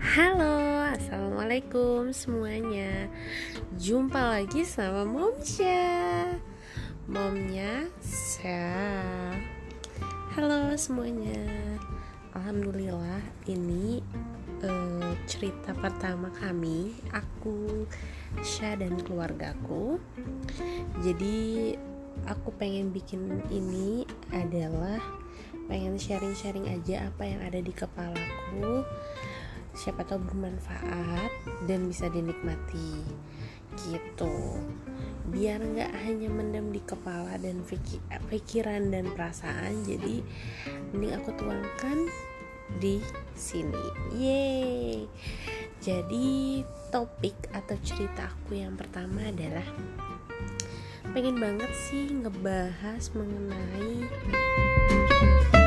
Halo, assalamualaikum semuanya. Jumpa lagi sama Momnya Syah. Halo semuanya. Alhamdulillah ini cerita pertama kami, aku, Syah dan keluargaku. Jadi aku pengen bikin ini adalah pengen sharing-sharing aja apa yang ada di kepalaku, siapa tahu bermanfaat dan bisa dinikmati gitu, biar nggak hanya mendem di kepala dan pikiran dan perasaan. Jadi mending aku tuangkan di sini. Yeay. Jadi topik atau cerita aku yang pertama adalah pengen banget sih ngebahas mengenai